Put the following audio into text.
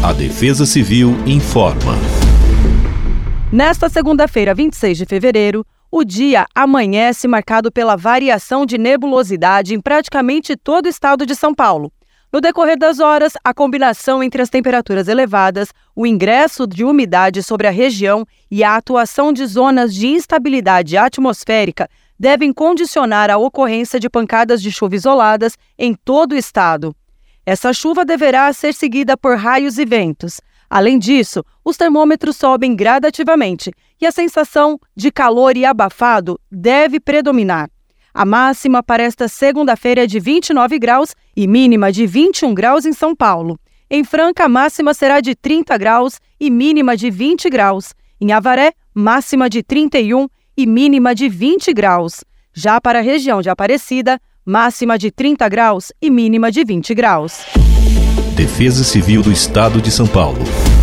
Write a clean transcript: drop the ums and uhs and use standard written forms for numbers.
A Defesa Civil informa. Nesta segunda-feira, 26 de fevereiro, o dia amanhece marcado pela variação de nebulosidade em praticamente todo o estado de São Paulo. No decorrer das horas, a combinação entre as temperaturas elevadas, o ingresso de umidade sobre a região e a atuação de zonas de instabilidade atmosférica devem condicionar a ocorrência de pancadas de chuva isoladas em todo o estado. Essa chuva deverá ser seguida por raios e ventos. Além disso, os termômetros sobem gradativamente e a sensação de calor e abafado deve predominar. A máxima para esta segunda-feira é de 29 graus e mínima de 21 graus em São Paulo. Em Franca, a máxima será de 30 graus e mínima de 20 graus. Em Avaré, máxima de 31 e mínima de 20 graus. Já para a região de Aparecida, máxima de 30 graus e mínima de 20 graus. Defesa Civil do Estado de São Paulo.